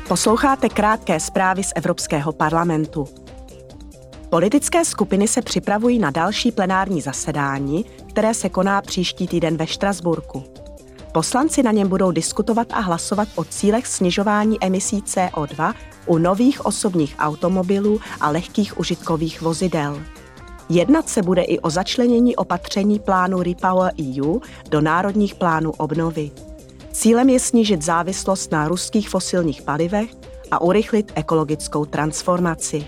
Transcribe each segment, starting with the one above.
Posloucháte krátké zprávy z Evropského parlamentu. Politické skupiny se připravují na další plenární zasedání, které se koná příští týden ve Štrasburku. Poslanci na něm budou diskutovat a hlasovat o cílech snižování emisí CO2 u nových osobních automobilů a lehkých užitkových vozidel. Jednat se bude i o začlenění opatření plánu REPowerEU do národních plánů obnovy. Cílem je snížit závislost na ruských fosilních palivech a urychlit ekologickou transformaci.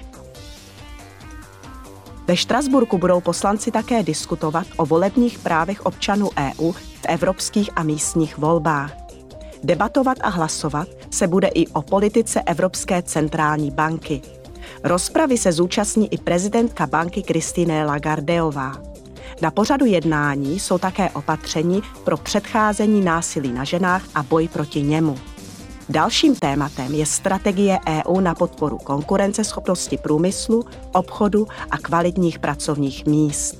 Ve Štrasburku budou poslanci také diskutovat o volebních právech občanů EU v evropských a místních volbách. Debatovat a hlasovat se bude i o politice Evropské centrální banky. Rozpravy se zúčastní i prezidentka banky Christine Lagardeová. Na pořadu jednání jsou také opatření pro předcházení násilí na ženách a boj proti němu. Dalším tématem je strategie EU na podporu konkurenceschopnosti průmyslu, obchodu a kvalitních pracovních míst.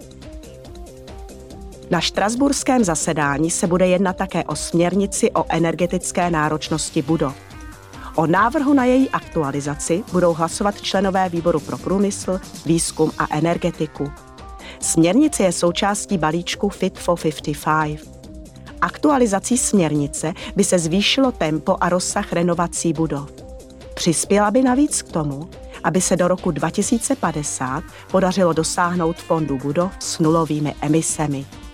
Na štrasburském zasedání se bude jednat také o směrnici o energetické náročnosti budov. O návrhu na její aktualizaci budou hlasovat členové výboru pro průmysl, výzkum a energetiku. Směrnice je součástí balíčku Fit for 55. Aktualizací směrnice by se zvýšilo tempo a rozsah renovací budov. Přispěla by navíc k tomu, aby se do roku 2050 podařilo dosáhnout fondu budov s nulovými emisemi.